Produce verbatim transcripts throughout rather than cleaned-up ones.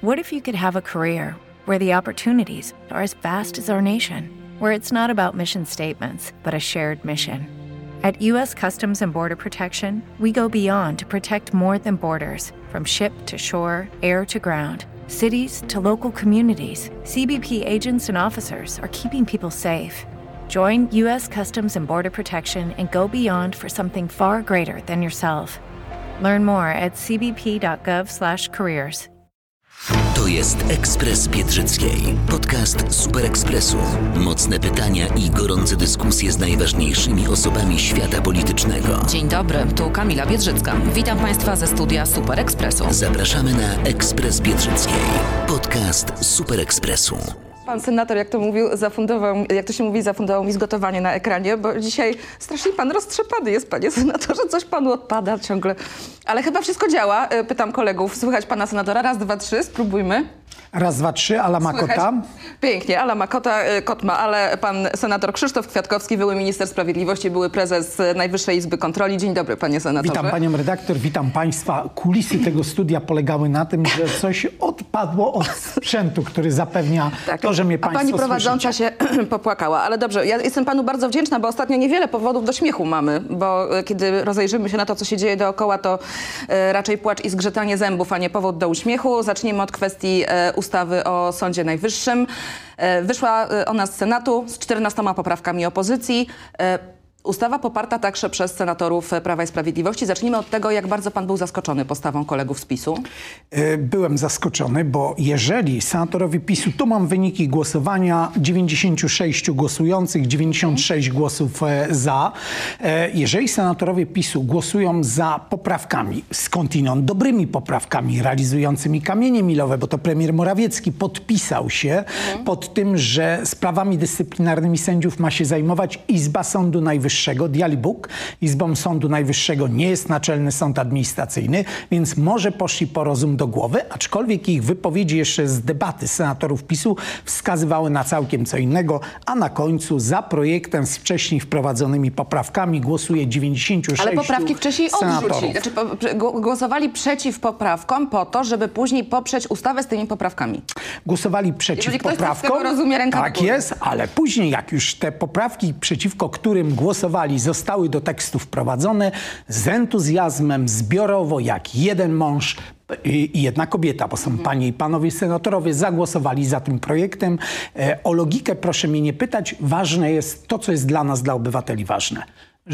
What if you could have a career where the opportunities are as vast as our nation, where it's not about mission statements, but a shared mission? At U S Customs and Border Protection, we go beyond to protect more than borders, from ship to shore, air to ground, cities to local communities. C B P agents and officers are keeping people safe. Join U S Customs and Border Protection and go beyond for something far greater than yourself. Learn more at c b p dot gov slash careers. To jest Ekspres Biedrzyckiej, podcast Super Ekspresu. Mocne pytania i gorące dyskusje z najważniejszymi osobami świata politycznego. Dzień dobry, tu Kamila Biedrzycka. Witam Państwa ze studia Super Ekspresu. Zapraszamy na Ekspres Biedrzyckiej, podcast Super Ekspresu. Pan senator, jak to mówił, zafundował, jak to się mówi, zafundował mi zgotowanie na ekranie, bo dzisiaj strasznie pan roztrzepany jest, panie senatorze, coś panu odpada ciągle. Ale chyba wszystko działa. Pytam kolegów, słychać pana senatora? Raz, dwa, trzy, spróbujmy. Raz, dwa, trzy, ala Makota. Pięknie, ala Makota, kot ma, ale pan senator Krzysztof Kwiatkowski, były minister sprawiedliwości, były prezes Najwyższej Izby Kontroli. Dzień dobry, panie senatorze. Witam panią redaktor, witam państwa. Kulisy tego studia polegały na tym, że coś odpadło od sprzętu, który zapewnia tak, to, że mnie państwo A pani prowadząca słyszycie. się popłakała, ale dobrze, ja jestem panu bardzo wdzięczna, bo ostatnio niewiele powodów do śmiechu mamy, bo kiedy rozejrzymy się na to, co się dzieje dookoła, to e, raczej płacz i zgrzytanie zębów, a nie powód do uśmiechu. Zaczniemy od kwestii e, ustawy o Sądzie Najwyższym. E, wyszła ona z Senatu z czternastoma poprawkami opozycji. E, Ustawa poparta także przez senatorów Prawa i Sprawiedliwości. Zacznijmy od tego, jak bardzo pan był zaskoczony postawą kolegów z PiSu. Byłem zaskoczony, bo jeżeli senatorowie PiSu, tu mam wyniki głosowania, dziewięćdziesiąt sześć głosujących, dziewięćdziesiąt sześć głosów za. Jeżeli senatorowie PiSu głosują za poprawkami, skądinąd dobrymi poprawkami realizującymi kamienie milowe, bo to premier Morawiecki podpisał się mhm. pod tym, że sprawami dyscyplinarnymi sędziów ma się zajmować Izba Sądu Najwyższego. Dialibuk. Izbą Sądu Najwyższego nie jest Naczelny Sąd Administracyjny, więc może poszli po rozum do głowy, aczkolwiek ich wypowiedzi jeszcze z debaty senatorów PiSu wskazywały na całkiem co innego, a na końcu za projektem z wcześniej wprowadzonymi poprawkami głosuje dziewięćdziesiąt sześć Ale poprawki wcześniej odrzucili. Znaczy, po, głosowali przeciw poprawkom po to, żeby później poprzeć ustawę z tymi poprawkami. Głosowali przeciw Jeżeli poprawkom. Ktoś tego rozumie, ręka tak jest, ale później jak już te poprawki, przeciwko którym głosowali, zostały do tekstu wprowadzone z entuzjazmem, zbiorowo, jak jeden mąż i jedna kobieta, bo są panie i panowie senatorowie, zagłosowali za tym projektem. O logikę proszę mnie nie pytać. Ważne jest to, co jest dla nas, dla obywateli ważne.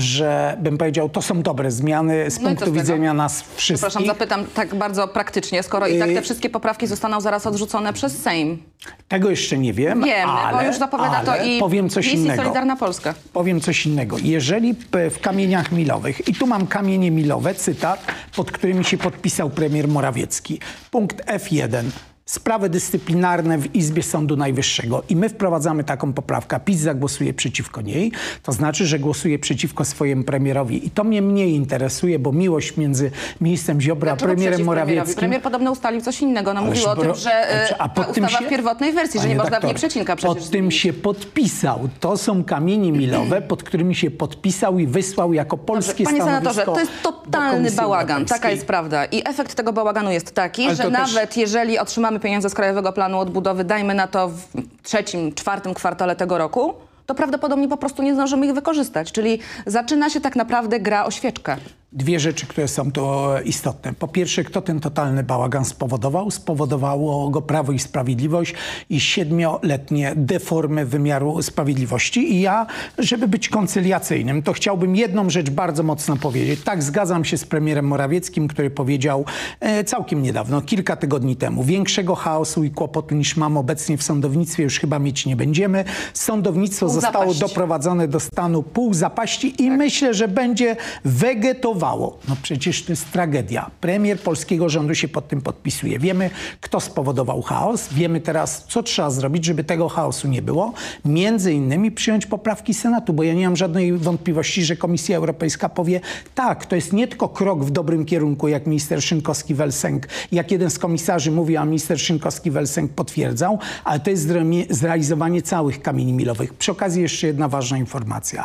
Że bym powiedział, to są dobre zmiany z no punktu widzenia nas wszystkich. Przepraszam, zapytam tak bardzo praktycznie, skoro i tak te wszystkie poprawki zostaną zaraz odrzucone przez Sejm. Tego jeszcze nie wiem, Wiem, ale, bo już zapowiada to i powiem coś PiS i innego. Solidarna Polska. Powiem coś innego. Jeżeli w kamieniach milowych, i tu mam kamienie milowe, cytat, pod którymi się podpisał premier Morawiecki, punkt F jeden. Sprawy dyscyplinarne w Izbie Sądu Najwyższego i my wprowadzamy taką poprawkę, PiS zagłosuje przeciwko niej, to znaczy, że głosuje przeciwko swojemu premierowi. I to mnie mniej interesuje, bo miłość między ministrem Ziobro a premierem Morawieckim... Premier podobno ustalił coś innego. No, mówił o tym, że a ta ustawa się, w pierwotnej wersji, że nie można w niej przecinka przecież Pod tym się podpisał. To są kamienie milowe, pod którymi się podpisał i wysłał jako polskie Panie stanowisko. senatorze, to jest totalny bałagan. Taka jest prawda. I efekt tego bałaganu jest taki, Ale że nawet też... jeżeli otrzymamy pieniądze z Krajowego Planu Odbudowy, dajmy na to w trzecim, czwartym kwartale tego roku, to prawdopodobnie po prostu nie zdążymy ich wykorzystać. Czyli zaczyna się tak naprawdę gra o świeczkę. Dwie rzeczy, które są to istotne. Po pierwsze, kto ten totalny bałagan spowodował? Spowodowało go Prawo i Sprawiedliwość i siedmioletnie deformy wymiaru sprawiedliwości. I ja, żeby być koncyliacyjnym, to chciałbym jedną rzecz bardzo mocno powiedzieć. Tak, zgadzam się z premierem Morawieckim, który powiedział e, całkiem niedawno, kilka tygodni temu, większego chaosu i kłopotu niż mam obecnie w sądownictwie już chyba mieć nie będziemy. Sądownictwo pół zostało zapaści. doprowadzone do stanu półzapaści i tak. myślę, że będzie wegetowało. No przecież to jest tragedia. Premier polskiego rządu się pod tym podpisuje. Wiemy, kto spowodował chaos. Wiemy teraz, co trzeba zrobić, żeby tego chaosu nie było. Między innymi przyjąć poprawki Senatu, bo ja nie mam żadnej wątpliwości, że Komisja Europejska powie tak, to jest nie tylko krok w dobrym kierunku, jak minister Szynkowski-Welsenk, jak jeden z komisarzy mówi, a minister Szynkowski-Welsenk potwierdzał, ale to jest zrealizowanie całych kamieni milowych. Przy okazji jeszcze jedna ważna informacja.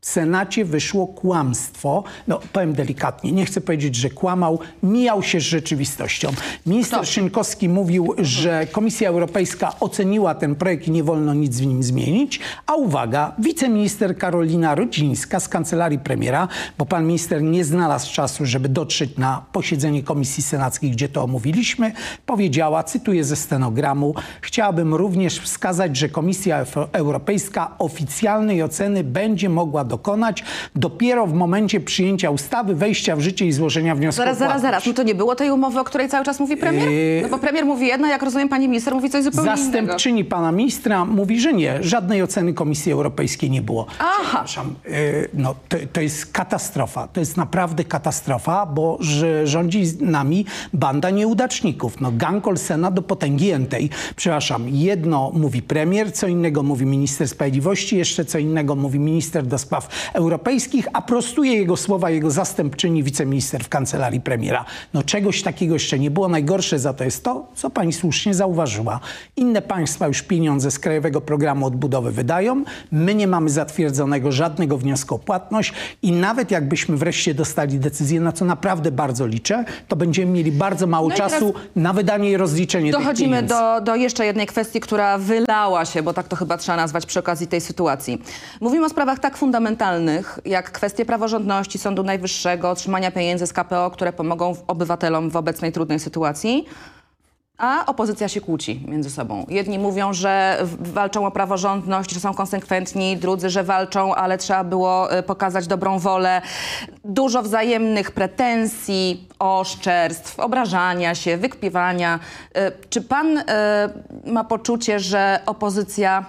W Senacie wyszło kłamstwo. No, powiem delikatnie, nie chcę powiedzieć, że kłamał, mijał się z rzeczywistością. Minister Kto? Szynkowski mówił, że Komisja Europejska oceniła ten projekt i nie wolno nic w nim zmienić. A uwaga, wiceminister Karolina Rodzińska z kancelarii premiera, bo pan minister nie znalazł czasu, żeby dotrzeć na posiedzenie Komisji Senackiej, gdzie to omówiliśmy, powiedziała, cytuję ze stenogramu, chciałabym również wskazać, że Komisja Europejska oficjalnej oceny będzie mogła dokonać dopiero w momencie przyjęcia ustawy, wejścia w życie i złożenia wniosku Zaraz, o zaraz, płatność. zaraz. No to nie było tej umowy, o której cały czas mówi premier? Yy, No bo premier mówi jedno, jak rozumiem, pani minister mówi coś zupełnie innego. Zastępczyni pana ministra mówi, że nie. Żadnej oceny Komisji Europejskiej nie było. Aha. Przepraszam. Yy, no, to, to jest katastrofa. To jest naprawdę katastrofa, bo że rządzi nami banda nieudaczników. No, gang Olsena do potęgi entej. Przepraszam. Jedno mówi premier, co innego mówi minister sprawiedliwości, jeszcze co innego mówi minister do spraw europejskich, a prostuje jego słowa jego zastępczyni wiceminister w kancelarii premiera. No czegoś takiego jeszcze nie było. Najgorsze za to jest to, co pani słusznie zauważyła. Inne państwa już pieniądze z Krajowego Programu Odbudowy wydają. My nie mamy zatwierdzonego żadnego wniosku o płatność i nawet jakbyśmy wreszcie dostali decyzję, na co naprawdę bardzo liczę, to będziemy mieli bardzo mało No i czasu teraz na wydanie i rozliczenie tych Dochodzimy pieniędzy. do, do jeszcze jednej kwestii, która wylała się, bo tak to chyba trzeba nazwać przy okazji tej sytuacji. Mówimy o sprawach tak fundamentalnych, jak kwestie praworządności Sądu Najwyższego, otrzymania pieniędzy z K P O, które pomogą obywatelom w obecnej trudnej sytuacji. A opozycja się kłóci między sobą. Jedni mówią, że w- walczą o praworządność, że są konsekwentni, drudzy, że walczą, ale trzeba było y, pokazać dobrą wolę. Dużo wzajemnych pretensji, oszczerstw, obrażania się, wykpiwania. Y, Czy pan y, ma poczucie, że opozycja,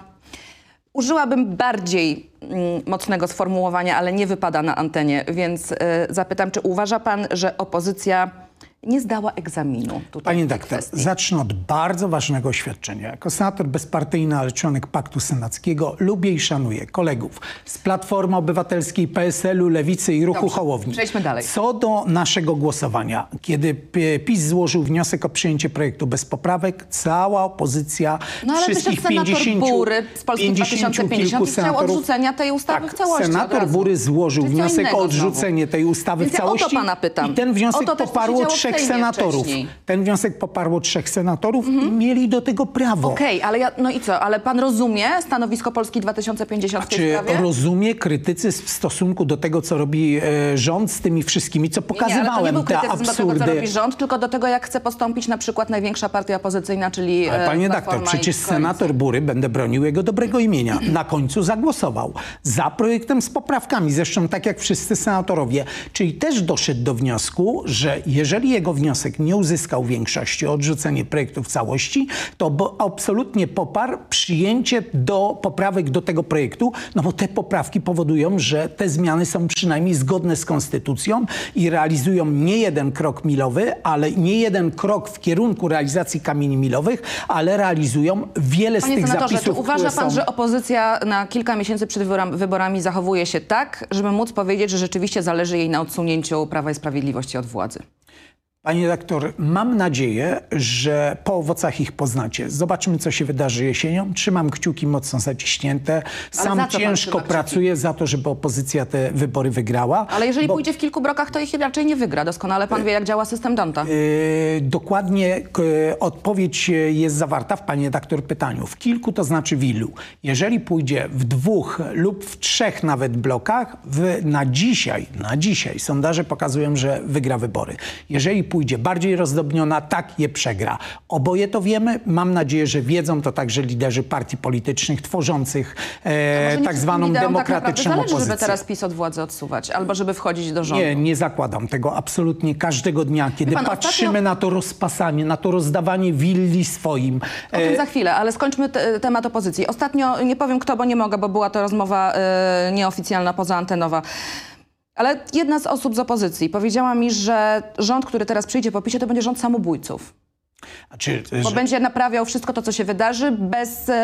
użyłabym bardziej mm, mocnego sformułowania, ale nie wypada na antenie, więc y, zapytam, czy uważa pan, że opozycja nie zdała egzaminu tutaj Panie w tej doktor, kwestii? zacznę od bardzo ważnego oświadczenia. Jako senator bezpartyjny, ale członek Paktu Senackiego, lubię i szanuję kolegów z Platformy Obywatelskiej, P S L u, Lewicy i Ruchu Dobrze, Hołowni. przejdźmy dalej. Co do naszego głosowania, kiedy P- PiS złożył wniosek o przyjęcie projektu bez poprawek, cała opozycja, No ale wszystkich wyszedł senator pięćdziesięciu, Bury z Polski dwa tysiące pięćdziesiąt pięćdziesięciu i chciał senatorów. odrzucenia tej ustawy tak, w całości od senator razu. Bury złożył Czyli co wniosek innego o odrzucenie znowu. tej ustawy Więc w ja o to całości. pana pytam. I ten wniosek O to też, co się poparło działo w trzech Sejmie senatorów. wcześniej. Ten wniosek poparło trzech senatorów i mieli do tego prawo. Okej, ale ja, no i co? Ale pan rozumie stanowisko Polski dwa tysiące pięćdziesiąt w tej Czy sprawie? rozumie krytycyzm w stosunku do tego, co robi e, rząd z tymi wszystkimi, co Nie, ale to nie pokazywałem, był te krytycyzm do tego, co absurdy. robi rząd, tylko do tego, jak chce postąpić na przykład największa partia opozycyjna, czyli Ale e, panie Platforma doktor, i przecież Koalicja. senator Bury, będę bronił jego dobrego imienia, na końcu zagłosował za projektem z poprawkami, zresztą tak jak wszyscy senatorowie. Czyli też doszedł do wniosku, że jeżeli jego wniosek nie uzyskał większości o odrzucenie projektu w całości, to bo absolutnie poparł przyjęcie do poprawek do tego projektu, no bo te poprawki powodują, że te zmiany są przynajmniej zgodne z konstytucją i realizują nie jeden krok milowy, ale nie jeden krok w kierunku realizacji kamieni milowych, ale realizują wiele z Panie tych senatorze, czy zapisów, uważa które pan, są... że opozycja na kilka miesięcy przed wyborami, wyborami zachowuje się tak, żeby móc powiedzieć, że rzeczywiście zależy jej na odsunięciu Prawa i Sprawiedliwości od władzy? Panie doktor, mam nadzieję, że po owocach ich poznacie. Zobaczymy, co się wydarzy jesienią. Trzymam kciuki mocno zaciśnięte. za Sam co pan trzyma ciężko kciuki? pracuję za to, żeby opozycja te wybory wygrała. Ale jeżeli bo, pójdzie w kilku brokach, to ich raczej nie wygra. Doskonale pan wie, jak działa system Donta. Yy, dokładnie k, odpowiedź jest zawarta w panie doktor pytaniu. W kilku to znaczy w ilu. Jeżeli pójdzie w dwóch lub w trzech nawet blokach, w, na dzisiaj, na dzisiaj sondaże pokazują, że wygra wybory. Jeżeli pójdzie bardziej rozdrobniona, tak je przegra. Oboje to wiemy. Mam nadzieję, że wiedzą to także liderzy partii politycznych tworzących e, Może nie tak zwaną wszystkim liderom demokratyczną tak naprawdę zależy, opozycję. żeby teraz PiS od władzy odsuwać, albo żeby wchodzić do rządu. Nie, nie zakładam tego absolutnie każdego dnia, kiedy pan, patrzymy ostatnio- na to rozpasanie, na to rozdawanie willi swoim. O tym za chwilę, ale skończmy te, temat opozycji. Ostatnio, nie powiem kto, bo nie mogę, bo była to rozmowa e, nieoficjalna, pozaantenowa. Ale jedna z osób z opozycji powiedziała mi, że rząd, który teraz przyjdzie po PiSie, to będzie rząd samobójców. Czy, Bo że, będzie naprawiał wszystko to, co się wydarzy, bez e,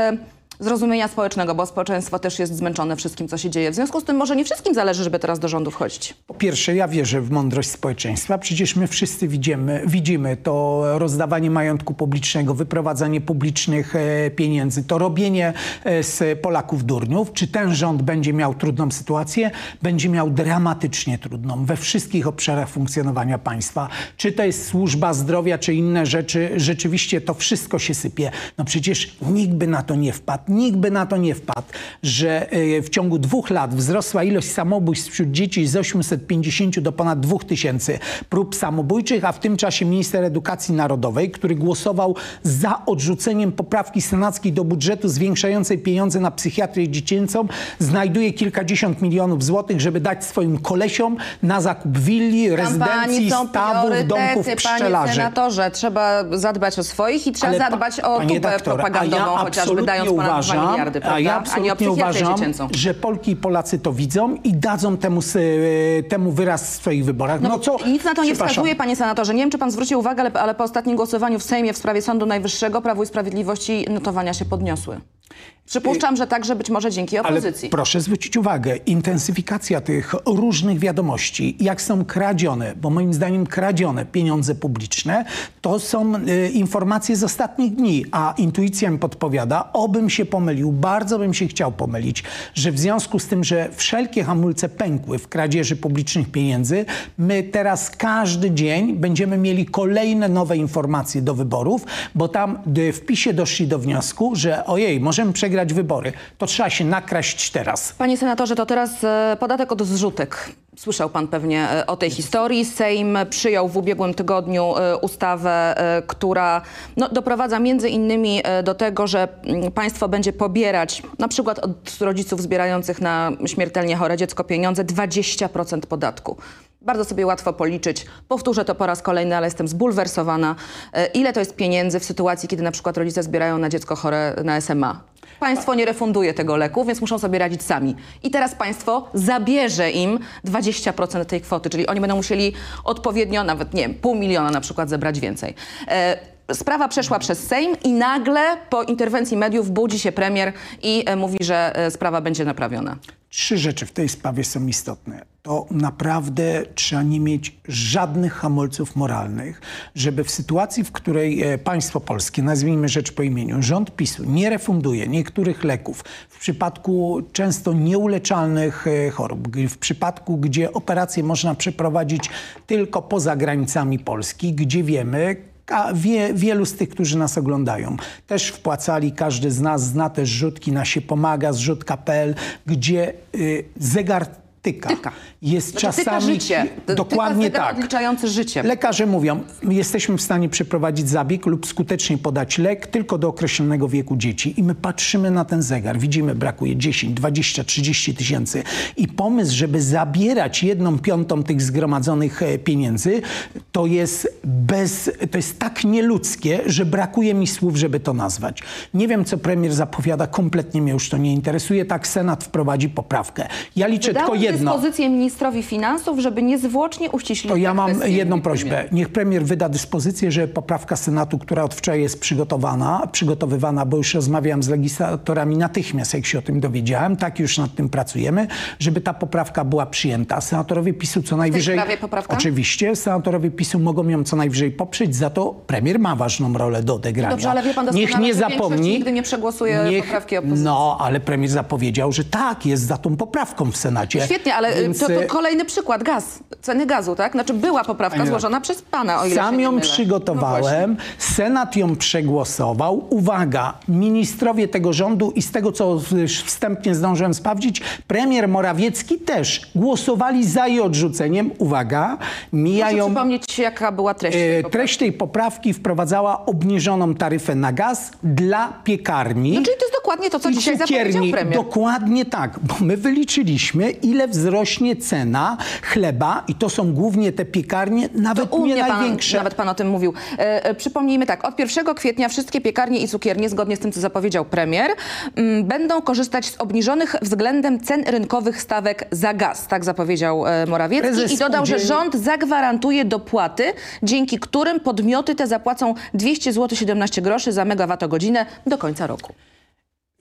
zrozumienia społecznego, bo społeczeństwo też jest zmęczone wszystkim, co się dzieje. W związku z tym może nie wszystkim zależy, żeby teraz do rządu wchodzić. Po pierwsze, ja wierzę w mądrość społeczeństwa. Przecież my wszyscy widzimy, widzimy to rozdawanie majątku publicznego, wyprowadzanie publicznych e, pieniędzy, to robienie e, z Polaków durniów. Czy ten rząd będzie miał trudną sytuację? Będzie miał dramatycznie trudną we wszystkich obszarach funkcjonowania państwa. Czy to jest służba zdrowia, czy inne rzeczy, rzeczywiście to wszystko się sypie. No przecież nikt by na to nie wpadł. Nikt by na to nie wpadł, że w ciągu dwóch lat wzrosła ilość samobójstw wśród dzieci z osiemset pięćdziesięciu do ponad dwóch tysięcy prób samobójczych, a w tym czasie minister edukacji narodowej, który głosował za odrzuceniem poprawki senackiej do budżetu zwiększającej pieniądze na psychiatrię dziecięcą, znajduje kilkadziesiąt milionów złotych, żeby dać swoim kolesiom na zakup willi, rezydencji, stawów, domków, pszczelarzy. Panie senatorze, trzeba zadbać o swoich i trzeba Ale zadbać pa, o tubę doktor, propagandową, ja chociażby dając ponad uważam, dwa miliardy, prawda? A ja absolutnie a nie uważam, dziecięcą. że Polki i Polacy to widzą i dadzą temu, temu wyraz w swoich wyborach. No, no co, nic na to nie wskazuje, panie senatorze. Nie wiem, czy pan zwrócił uwagę, ale, ale po ostatnim głosowaniu w Sejmie w sprawie Sądu Najwyższego Prawo i Sprawiedliwości notowania się podniosły. Przypuszczam, że także być może dzięki opozycji. Ale proszę zwrócić uwagę, intensyfikacja tych różnych wiadomości, jak są kradzione, bo moim zdaniem kradzione pieniądze publiczne, to są y, informacje z ostatnich dni, a intuicja mi podpowiada, obym się pomylił, bardzo bym się chciał pomylić, że w związku z tym, że wszelkie hamulce pękły w kradzieży publicznych pieniędzy, my teraz każdy dzień będziemy mieli kolejne nowe informacje do wyborów, bo tam y, w PiSie doszli do wniosku, że ojej, możemy przegrać wybory, to trzeba się nakraść teraz. Panie senatorze, to teraz e, podatek od zrzutek. Słyszał pan pewnie e, o tej historii. Sejm przyjął w ubiegłym tygodniu e, ustawę, e, która no, doprowadza między innymi e, do tego, że m, państwo będzie pobierać na przykład od rodziców zbierających na śmiertelnie chore dziecko pieniądze dwadzieścia procent podatku. Bardzo sobie łatwo policzyć. Powtórzę to po raz kolejny, ale jestem zbulwersowana. E, ile to jest pieniędzy w sytuacji, kiedy na przykład rodzice zbierają na dziecko chore na S M A? Państwo nie refunduje tego leku, więc muszą sobie radzić sami. I teraz państwo zabierze im dwadzieścia procent tej kwoty, czyli oni będą musieli odpowiednio, nawet nie wiem, pół miliona na przykład zebrać więcej. E, Sprawa przeszła przez Sejm i nagle po interwencji mediów budzi się premier i e, mówi, że e, sprawa będzie naprawiona. Trzy rzeczy w tej sprawie są istotne. To naprawdę trzeba nie mieć żadnych hamulców moralnych, żeby w sytuacji, w której e, państwo polskie, nazwijmy rzecz po imieniu, rząd PiSu nie refunduje niektórych leków w przypadku często nieuleczalnych e, chorób, w przypadku, gdzie operacje można przeprowadzić tylko poza granicami Polski, gdzie wiemy, a wie, wielu z tych, którzy nas oglądają, też wpłacali, każdy z nas zna też zrzutki na się pomaga, zrzutka kropka p l, gdzie y, zegar tyka. Tyka. Jest Znaczy, czasami... tyka życie. Dokładnie tyka tak. odliczający życie. Lekarze mówią, my jesteśmy w stanie przeprowadzić zabieg lub skutecznie podać lek tylko do określonego wieku dzieci. I my patrzymy na ten zegar, widzimy, brakuje dziesięć, dwadzieścia, trzydzieści tysięcy. I pomysł, żeby zabierać jedną piątą tych zgromadzonych pieniędzy, to jest bez, to jest tak nieludzkie, że brakuje mi słów, żeby to nazwać. Nie wiem, co premier zapowiada, kompletnie mnie już to nie interesuje. Tak Senat wprowadzi poprawkę. Ja liczę Wydałem tylko jedno. dyspozycję ministrowi finansów, żeby niezwłocznie uściślić. To ja mam kwestię, jedną prośbę. Niech premier wyda dyspozycję, że poprawka Senatu, która od wczoraj jest przygotowana, przygotowywana, bo już rozmawiałem z legislatorami natychmiast, jak się o tym dowiedziałem, tak już nad tym pracujemy, żeby ta poprawka była przyjęta. Senatorowie PiSu co najwyżej... W tej sprawie poprawka? Oczywiście. Senatorowie PiSu mogą ją co najwyżej poprzeć, za to premier ma ważną rolę do odegrania. Dobrze, ale wie pan doskonale, niech nie że zapomni, nigdy nie przegłosuje niech, poprawki opozycji. No, ale premier zapowiedział, że tak, jest za tą poprawką w Senacie. Świetnie, ale Więc... to, to kolejny przykład. Gaz. Ceny gazu, tak? Znaczy była poprawka Panie złożona przez pana, o ile Sam się nie ją mylę. przygotowałem, No Senat ją przegłosował. Uwaga, ministrowie tego rządu i z tego, co wstępnie zdążyłem sprawdzić, premier Morawiecki też głosowali za jej odrzuceniem. Uwaga, mijają... Proszę przypomnieć, jaka była treść tej E, poprawki. treść tej poprawki wprowadzała obniżoną taryfę na gaz dla piekarni. No, czyli to jest dokładnie to, co i dzisiaj zapowiedział cukierni. premier. Dokładnie tak, bo my wyliczyliśmy, ile wzrośnie cena chleba i to są głównie te piekarnie, nawet To u nie mnie pan, największe. nawet pan o tym mówił. E, e, przypomnijmy tak, od pierwszego kwietnia wszystkie piekarnie i cukiernie, zgodnie z tym, co zapowiedział premier, m, będą korzystać z obniżonych względem cen rynkowych stawek za gaz, tak zapowiedział e, Morawiecki. Prezes I dodał, że spółdzielni- rząd zagwarantuje dopłaty, dzięki którym podmioty te zapłacą dwieście złotych siedemnaście groszy za megawattogodzinę do końca roku.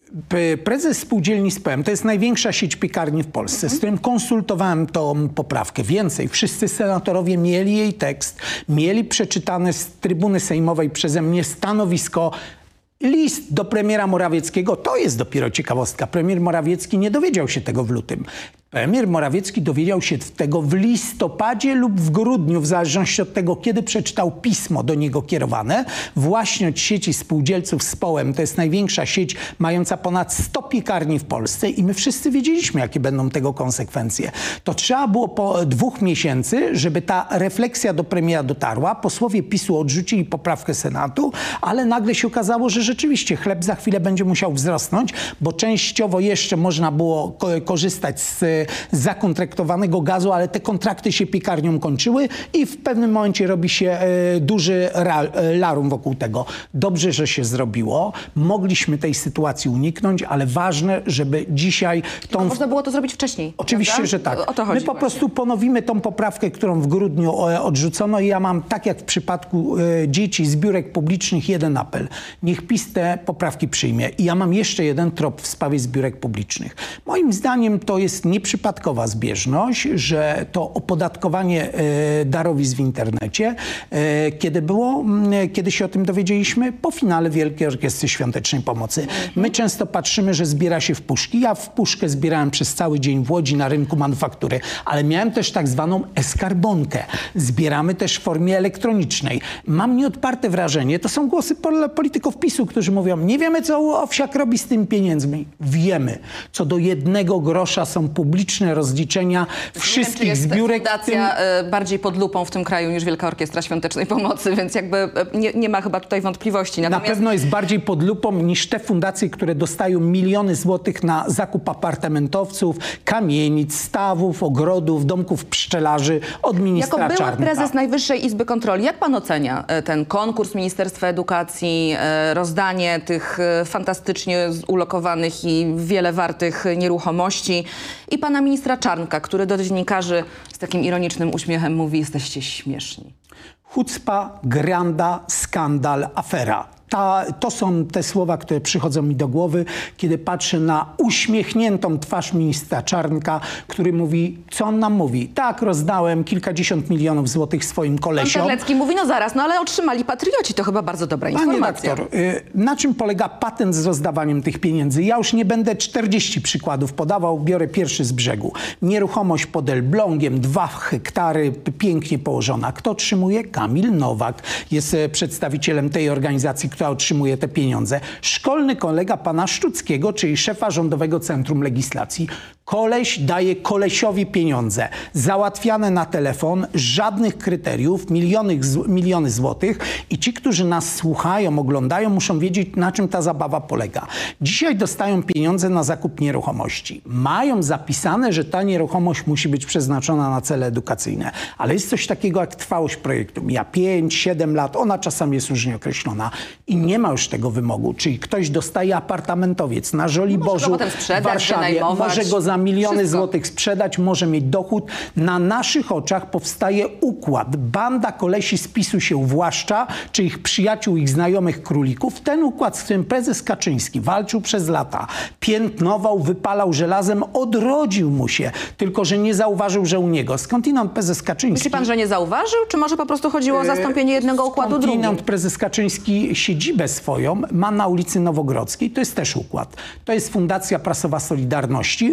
Prezes spółdzielni z P M to jest największa sieć piekarni w Polsce, mhm. z którym konsultowałem tą poprawkę. Więcej, wszyscy senatorowie mieli jej tekst, mieli przeczytane z trybuny sejmowej przeze mnie stanowisko. List do premiera Morawieckiego, to jest dopiero ciekawostka. Premier Morawiecki nie dowiedział się tego w lutym. Premier Morawiecki dowiedział się tego w listopadzie lub w grudniu, w zależności od tego, kiedy przeczytał pismo do niego kierowane, właśnie od sieci spółdzielców z P Ołem. To jest największa sieć mająca ponad sto piekarni w Polsce i my wszyscy wiedzieliśmy, jakie będą tego konsekwencje. To trzeba było po dwóch miesięcy, żeby ta refleksja do premiera dotarła. Posłowie PiSu odrzucili poprawkę Senatu, ale nagle się okazało, że rzeczywiście chleb za chwilę będzie musiał wzrosnąć, bo częściowo jeszcze można było ko korzystać z zakontraktowanego gazu, ale te kontrakty się piekarniom kończyły i w pewnym momencie robi się e, duży ra, e, larum wokół tego. Dobrze, że się zrobiło. Mogliśmy tej sytuacji uniknąć, ale ważne, żeby dzisiaj... Tą... Można było to zrobić wcześniej. Oczywiście, prawda? że tak. O to chodzi My po właśnie. prostu ponowimy tą poprawkę, którą w grudniu e, odrzucono i ja mam, tak jak w przypadku e, dzieci z biurek publicznych, jeden apel. Niech PiS te poprawki przyjmie. I ja mam jeszcze jeden trop w sprawie zbiórek publicznych. Moim zdaniem to jest nieprzypadkowa zbieżność, że to opodatkowanie e, darowizn w internecie, e, kiedy było, m, kiedy się o tym dowiedzieliśmy, po finale Wielkiej Orkiestry Świątecznej Pomocy. My często patrzymy, że zbiera się w puszki. Ja w puszkę zbierałem przez cały dzień w Łodzi na rynku manufaktury, ale miałem też tak zwaną e-skarbonkę. Zbieramy też w formie elektronicznej. Mam nieodparte wrażenie, to są głosy pol polityków PiSu, którzy mówią, nie wiemy, co Owsiak robi z tymi pieniędzmi. Wiemy. Co do jednego grosza są publiczne rozliczenia wszystkich wiem, czy jest zbiórek. fundacja tym... bardziej pod lupą w tym kraju niż Wielka Orkiestra Świątecznej Pomocy, więc jakby nie, nie ma chyba tutaj wątpliwości. Natomiast... Na pewno jest bardziej pod lupą niż te fundacje, które dostają miliony złotych na zakup apartamentowców, kamienic, stawów, ogrodów, domków pszczelarzy od ministra Jako były Czarnka. prezes Najwyższej Izby Kontroli, jak pan ocenia ten konkurs Ministerstwa Edukacji, rozdanie tych fantastycznie ulokowanych i wiele wartych nieruchomości i pana ministra Czarnka, który do dziennikarzy z takim ironicznym uśmiechem mówi, jesteście śmieszni? Hucpa, granda, skandal, afera. Ta, to są te słowa, które przychodzą mi do głowy, kiedy patrzę na uśmiechniętą twarz ministra Czarnka, który mówi, co on nam mówi? Tak, rozdałem kilkadziesiąt milionów złotych swoim kolesiom. Pan Terlecki mówi, no zaraz, no ale otrzymali patrioci, to chyba bardzo dobra Panie informacja. doktor, na czym polega patent z rozdawaniem tych pieniędzy? Ja już nie będę czterdziestu przykładów podawał, biorę pierwszy z brzegu. Nieruchomość pod Elblągiem, dwa hektary, pięknie położona. Kto otrzymuje? Kamil Nowak. Jest przedstawicielem tej organizacji, która otrzymuje te pieniądze. Szkolny kolega pana Szczuckiego, czyli szefa Rządowego Centrum Legislacji. Koleś daje kolesiowi pieniądze. Załatwiane na telefon, żadnych kryteriów, miliony, miliony złotych i ci, którzy nas słuchają, oglądają, muszą wiedzieć, na czym ta zabawa polega. Dzisiaj dostają pieniądze na zakup nieruchomości. Mają zapisane, że ta nieruchomość musi być przeznaczona na cele edukacyjne, ale jest coś takiego jak trwałość projektu. Mija pięć, siedem lat, ona czasami jest różnie określona i nie ma już tego wymogu. Czyli ktoś dostaje apartamentowiec na Żoliborzu, w Warszawie, może go za miliony Wszystko. złotych sprzedać, może mieć dochód. Na naszych oczach powstaje układ. Banda kolesi z PiSu się uwłaszcza, czy ich przyjaciół, ich znajomych królików. Ten układ, z którym prezes Kaczyński walczył przez lata, piętnował, wypalał żelazem, odrodził mu się. Tylko że nie zauważył, że u niego. Skądinąd prezes Kaczyński... Myśli pan, że nie zauważył, czy może po prostu chodziło o zastąpienie jednego układu drugim? Skądinąd prezes Kaczyński siedzibę swoją ma na ulicy Nowogrodzkiej. To jest też układ. To jest Fundacja Prasowa Solidarności,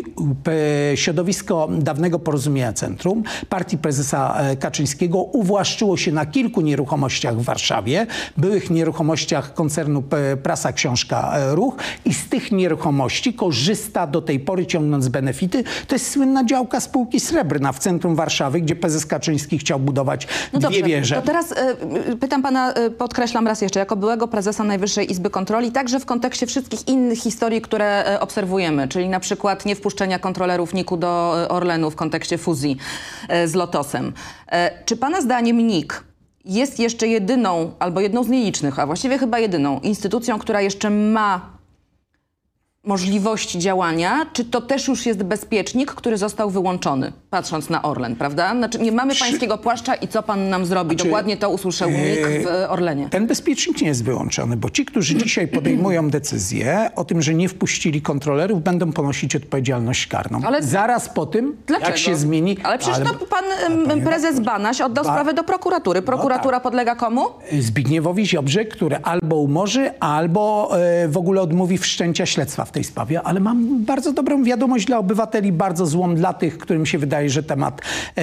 środowisko dawnego Porozumienia Centrum, partii prezesa Kaczyńskiego uwłaszczyło się na kilku nieruchomościach w Warszawie, byłych nieruchomościach koncernu Prasa Książka Ruch i z tych nieruchomości korzysta do tej pory, ciągnąc benefity. To jest słynna działka spółki Srebrna w centrum Warszawy, gdzie prezes Kaczyński chciał budować no dwie dobrze, wieże. To teraz y, pytam pana, y, podkreślam raz jeszcze, jako byłego prezesa Najwyższej Izby Kontroli, także w kontekście wszystkich innych historii, które y, obserwujemy, czyli na przykład niewpuszczenia kontrolerów N I K-u do Orlenu w kontekście fuzji y, z Lotosem. Y, czy pana zdaniem N I K jest jeszcze jedyną, albo jedną z nielicznych, a właściwie chyba jedyną instytucją, która jeszcze ma możliwości działania, czy to też już jest bezpiecznik, który został wyłączony, patrząc na Orlen, prawda? Znaczy nie mamy pańskiego płaszcza i co pan nam zrobi? Znaczy, Dokładnie to usłyszał NIK w Orlenie. Ten bezpiecznik nie jest wyłączony, bo ci, którzy dzisiaj podejmują decyzję o tym, że nie wpuścili kontrolerów, będą ponosić odpowiedzialność karną. Ale zaraz po tym, dlaczego? jak się zmieni... Ale przecież ale, to pan ale, prezes Banaś oddał ba... sprawę do prokuratury. Prokuratura no tak. podlega komu? Zbigniewowi Ziobrze, który albo umorzy, albo e, w ogóle odmówi wszczęcia śledztwa w tej sprawie. Ale mam bardzo dobrą wiadomość dla obywateli, bardzo złą dla tych, którym się wydaje, że temat,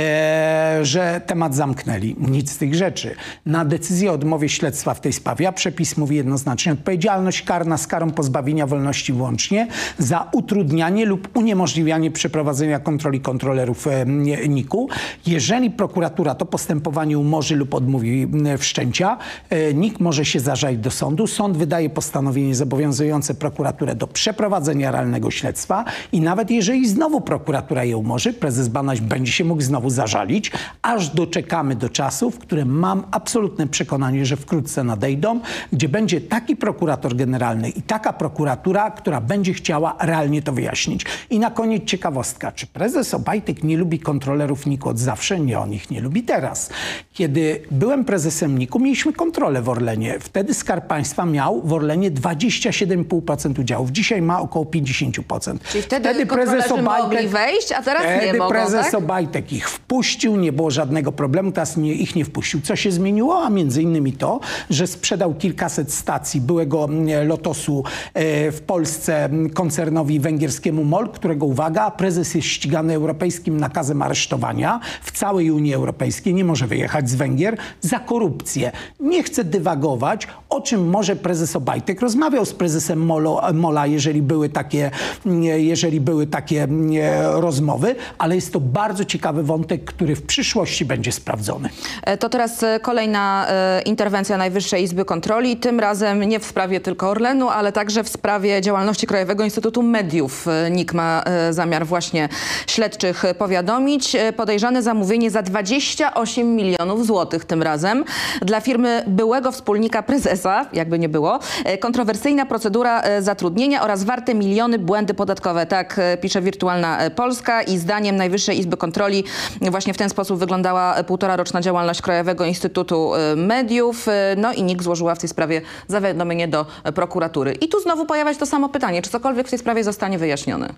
e, że temat zamknęli. Nic z tych rzeczy. Na decyzję o odmowie śledztwa w tej sprawie, a przepis mówi jednoznacznie, odpowiedzialność karna z karą pozbawienia wolności włącznie za utrudnianie lub uniemożliwianie przeprowadzenia kontroli kontrolerów e, niku. Jeżeli prokuratura to postępowanie umorzy lub odmówi e, wszczęcia, e, NIK może się zażalić do sądu. Sąd wydaje postanowienie zobowiązujące prokuraturę do przeprowadzenia realnego śledztwa i nawet jeżeli znowu prokuratura je umorzy, prezes Banaś będzie się mógł znowu zażalić, aż doczekamy do czasów, które mam absolutne przekonanie, że wkrótce nadejdą, gdzie będzie taki prokurator generalny i taka prokuratura, która będzie chciała realnie to wyjaśnić. I na koniec ciekawostka. Czy prezes Obajtek nie lubi kontrolerów niku od zawsze? Nie, on ich nie lubi teraz. Kiedy byłem prezesem niku, mieliśmy kontrolę w Orlenie. Wtedy Skarb Państwa miał w Orlenie dwadzieścia siedem i pół procent udziałów. Dzisiaj ma około pięćdziesiąt procent. Czyli wtedy, wtedy prezes Obajtek mogli wejść, a teraz wtedy nie mogą, prezes tak? Obajtek ich wpuścił, nie było żadnego problemu, teraz nie, ich nie wpuścił. Co się zmieniło? A między innymi to, że sprzedał kilkaset stacji byłego Lotosu e, w Polsce koncernowi węgierskiemu MOL, którego, uwaga, prezes jest ścigany europejskim nakazem aresztowania w całej Unii Europejskiej, nie może wyjechać z Węgier za korupcję. Nie chcę dywagować, o czym może prezes Obajtek. Rozmawiał z prezesem Molo, MOL-a, jeżeli były takie, jeżeli były takie rozmowy, ale jest to bardzo ciekawy wątek, który w przyszłości będzie sprawdzony. To teraz kolejna e, interwencja Najwyższej Izby Kontroli, tym razem nie w sprawie tylko Orlenu, ale także w sprawie działalności Krajowego Instytutu Mediów. NIK ma e, zamiar właśnie śledczych powiadomić. Podejrzane zamówienie za dwadzieścia osiem milionów złotych tym razem dla firmy byłego wspólnika prezesa, jakby nie było. E, kontrowersyjna procedura e, zatrudnienia oraz warte miliony błędy podatkowe. Tak e, pisze Wirtualna Polska i zdaniem Najwyższej Izby Kontroli właśnie w ten sposób wyglądała półtora roczna działalność Krajowego Instytutu Mediów. No i NIK złożyła w tej sprawie zawiadomienie do prokuratury. I tu znowu pojawia się to samo pytanie, czy cokolwiek w tej sprawie zostanie wyjaśnione?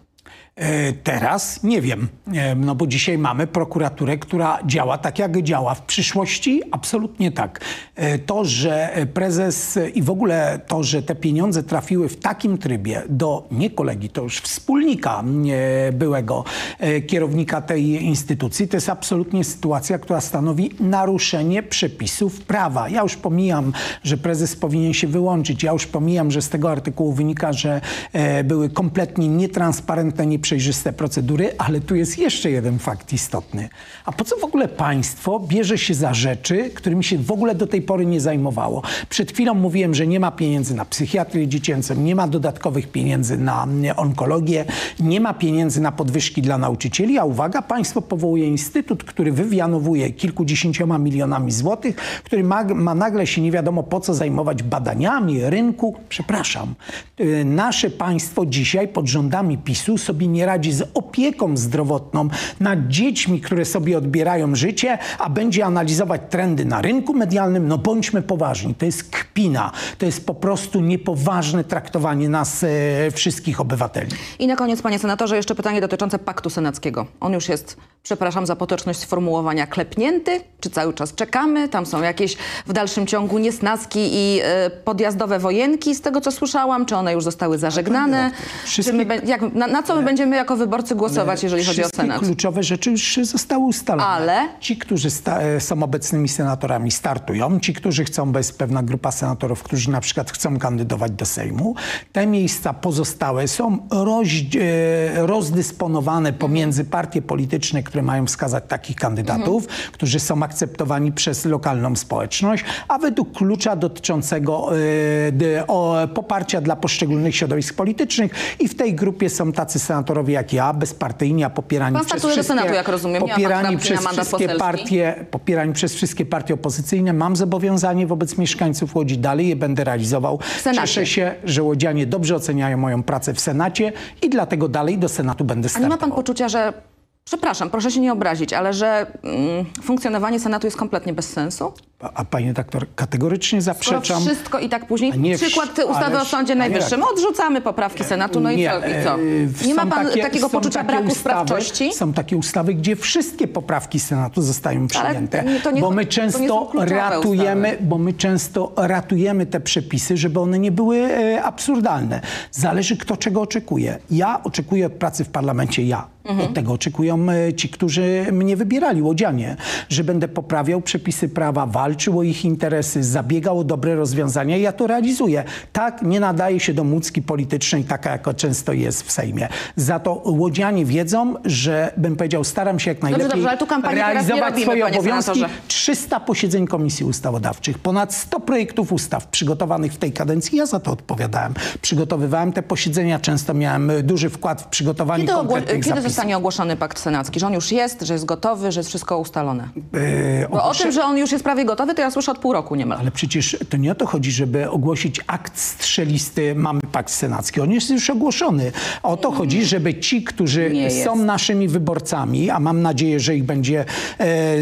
Teraz nie wiem, no bo dzisiaj mamy prokuraturę, która działa tak, jak działa. W przyszłości absolutnie tak. To, że prezes i w ogóle to, że te pieniądze trafiły w takim trybie do nie kolegi, to już wspólnika byłego kierownika tej instytucji, to jest absolutnie sytuacja, która stanowi naruszenie przepisów prawa. Ja już pomijam, że prezes powinien się wyłączyć. Ja już pomijam, że z tego artykułu wynika, że były kompletnie nietransparentne, nieprzejrzyste procedury, ale tu jest jeszcze jeden fakt istotny. A po co w ogóle państwo bierze się za rzeczy, którymi się w ogóle do tej pory nie zajmowało? Przed chwilą mówiłem, że nie ma pieniędzy na psychiatrię dziecięcą, nie ma dodatkowych pieniędzy na onkologię, nie ma pieniędzy na podwyżki dla nauczycieli, a uwaga, państwo powołuje instytut, który wywianowuje kilkudziesięcioma milionami złotych, który ma, ma nagle się nie wiadomo po co zajmować badaniami rynku. Przepraszam, nasze państwo dzisiaj pod rządami PiSu sobie nie radzi z opieką zdrowotną nad dziećmi, które sobie odbierają życie, a będzie analizować trendy na rynku medialnym. No bądźmy poważni. To jest kpina. To jest po prostu niepoważne traktowanie nas e, wszystkich obywateli. I na koniec, panie senatorze, jeszcze pytanie dotyczące paktu senackiego. On już jest, przepraszam za potoczność sformułowania, klepnięty? Czy cały czas czekamy? Tam są jakieś w dalszym ciągu niesnaski i e, podjazdowe wojenki, z tego co słyszałam? Czy one już zostały zażegnane? Czy my, jak, na, na co my będziemy jako wyborcy głosować, jeżeli chodzi o Senat? Kluczowe rzeczy już zostały ustalone. Ale? Ci, którzy są obecnymi senatorami, startują. Ci, którzy chcą, bo jest pewna grupa senatorów, którzy na przykład chcą kandydować do Sejmu. Te miejsca pozostałe są roz, rozdysponowane pomiędzy partie polityczne, które mają wskazać takich kandydatów, mhm. którzy są akceptowani przez lokalną społeczność, a według klucza dotyczącego y, o, poparcia dla poszczególnych środowisk politycznych i w tej grupie są tacy senatorowie jak ja, bezpartyjni, a popierani Pan przez startuje do wszystkie, Senatu, jak rozumiem. Miała pan popierani frakcję przez na mandat wszystkie poselski. partie, popierani przez wszystkie partie opozycyjne. Mam zobowiązanie wobec mieszkańców Łodzi, dalej je będę realizował. Senacie. Cieszę się, że łodzianie dobrze oceniają moją pracę w Senacie i dlatego dalej do Senatu będę A startował. nie ma pan poczucia, że... Przepraszam, proszę się nie obrazić, ale że mm, funkcjonowanie Senatu jest kompletnie bez sensu? A, a panie doktor, kategorycznie Skoro zaprzeczam. wszystko i tak później... A nie Przykład wsz- ustawy ależ- o Sądzie ale Najwyższym. jak? Odrzucamy poprawki Senatu, no i Nie, co? I co? e, Nie ma są pan takie- takiego są poczucia takie braku ustawy, sprawczości? Są takie ustawy, gdzie wszystkie poprawki Senatu zostają przyjęte, nie- to nie- bo my to nie są często kluczowe ratujemy, ustawy. bo my często ratujemy te przepisy, żeby one nie były e, absurdalne. Zależy, kto czego oczekuje. Ja oczekuję od pracy w parlamencie, ja. Mhm. Od tego oczekują e, ci, którzy mnie wybierali, łodzianie, że będę poprawiał przepisy prawa, walczył o ich interesy, zabiegał o dobre rozwiązania i ja to realizuję. Tak, nie nadaje się do mucki politycznej, taka jaka często jest w Sejmie. Za to łodzianie wiedzą, że bym powiedział, staram się jak najlepiej dobrze, ale tu kampanii teraz nie realizować robimy, swoje panie obowiązki. senatorze. trzysta posiedzeń komisji ustawodawczych, ponad sto projektów ustaw przygotowanych w tej kadencji. Ja za to odpowiadałem. Przygotowywałem te posiedzenia, często miałem duży wkład w przygotowanie Kiedy, ogło- konkretnych kiedy zapisów. zostanie ogłoszony pakt senacki? Że on już jest, że jest gotowy, że jest wszystko ustalone? Yy, Bo o tym, że on już jest prawie gotowy, to ja słyszę od pół roku niemal. Ale przecież to nie o to chodzi, żeby ogłosić akt strzelisty mamy pakt senacki. On jest już ogłoszony. O to chodzi, żeby ci, którzy Nie są jest. naszymi wyborcami, a mam nadzieję, że ich będzie e,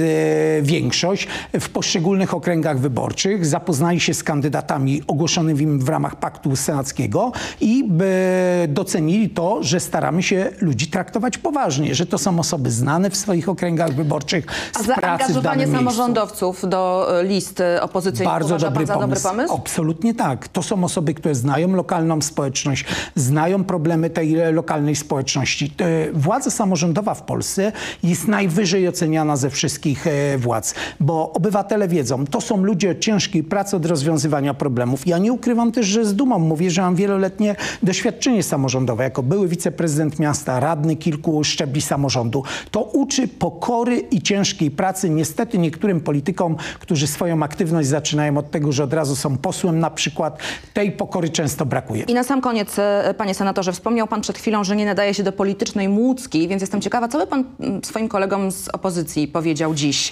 e, większość, w poszczególnych okręgach wyborczych, zapoznali się z kandydatami ogłoszonymi w ramach paktu senackiego i by docenili to, że staramy się ludzi traktować poważnie, że to są osoby znane w swoich okręgach wyborczych, A z pracy w zaangażowanie danym miejscu. samorządowców do e, list e, opozycyjnych Bardzo uważa dobry pan za pomysł. dobry pomysł? Absolutnie tak. To są osoby, które znają lokalną społeczność, znają problemy tej e, lokalnej społeczności. E, Władza samorządowa w Polsce jest najwyżej oceniana ze wszystkich e, władz, bo obywatele wiedzą, to są ludzie od ciężkiej pracy, od rozwiązywania problemów. Ja nie ukrywam też, że z dumą mówię, że mam wieloletnie doświadczenie samorządowe. Jako były wiceprezydent miasta, radny kilku szczebli samorządu. To uczy pokory i ciężkiej pracy. Niestety niektórym politykom, którzy swoją aktywność zaczynają od tego, że od razu są posłem na przykład, tej pokory często brakuje. I na sam koniec, e, panie senatorze, wspomniał pan przed chwilą, że nie nadaje się do politycznej młódzki, więc jestem ciekawa, co by pan mm, swoim kolegom z opozycji powiedział dziś,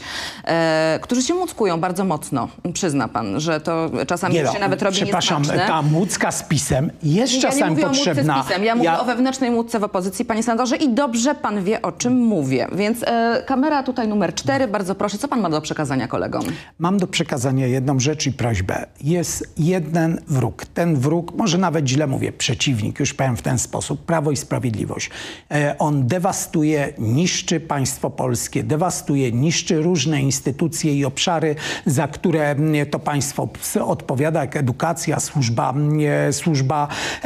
e, którzy się młódzkują bardzo mocno. Przyzna pan, że to czasami Nie się no, nawet robi przepraszam, niesmaczne. ta młódzka z PiS-em jest Ja nie czasami mówię potrzebna. o młódce z PiS-em, ja mówię o wewnętrznej młódce w opozycji, panie senatorze, i dobrze pan wie, o czym mówię. Więc e, kamera tutaj numer cztery, bardzo proszę, co pan ma do przekazania kolegom? Mam do przekazania jedną rzecz i prośbę. Jest jeden wróg. Ten wróg, może nawet źle mówię, przeciwnik, już powiem w ten sposób, Prawo i Sprawiedliwość. E, on dewastuje, niszczy państwo polskie, dewastuje, niszczy różne instytucje i obszary, za które mm, to państwo ps- odpowiada, jak edukacja, służba, mm, e, służba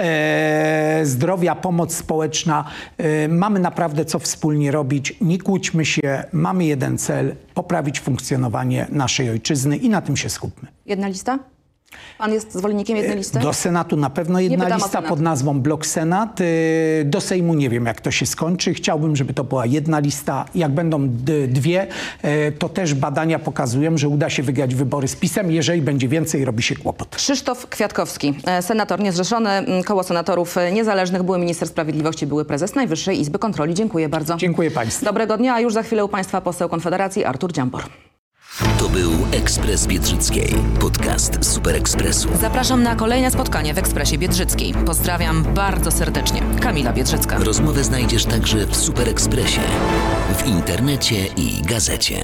e, zdrowia, pomoc społeczna. E, mamy naprawdę co wspólnie robić. Nie kłóćmy się. Mamy jeden cel, poprawić funkcjonowanie naszej ojczyzny i na tym się skupmy. Jedna lista? Pan jest zwolennikiem jednej listy? Do Senatu na pewno jedna pytam o lista Senat. pod nazwą Blok Senat. Y, Do Sejmu nie wiem, jak to się skończy. Chciałbym, żeby to była jedna lista. Jak będą d- dwie, y, to też badania pokazują, że uda się wygrać wybory z PiS-em. Jeżeli będzie więcej, robi się kłopot. Krzysztof Kwiatkowski, e, senator niezrzeszony, m, koło senatorów e, niezależnych, były minister sprawiedliwości, były prezes Najwyższej Izby Kontroli. Dziękuję bardzo. Dziękuję państwu. Dobrego dnia, a już za chwilę u państwa poseł Konfederacji Artur Dziambor. To był Ekspres Biedrzyckiej, podcast Super Ekspresu. Zapraszam na kolejne spotkanie w Ekspresie Biedrzyckiej. Pozdrawiam bardzo serdecznie. Kamila Biedrzycka. Rozmowę znajdziesz także w Super Ekspresie, w internecie i gazecie.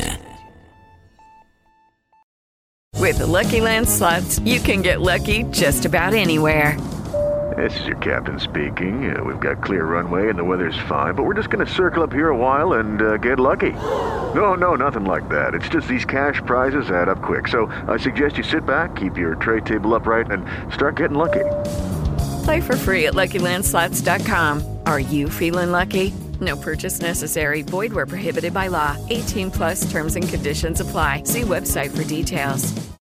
With the Lucky Land Slots, you can get lucky just about anywhere. This is your captain speaking. Uh, we've got clear runway and the weather's fine, but we're just going to circle up here a while and uh, get lucky. No, no, nothing like that. It's just these cash prizes add up quick. So I suggest you sit back, keep your tray table upright, and start getting lucky. Play for free at Lucky Land Slots dot com. Are you feeling lucky? No purchase necessary. Void where prohibited by law. eighteen plus terms and conditions apply. See website for details.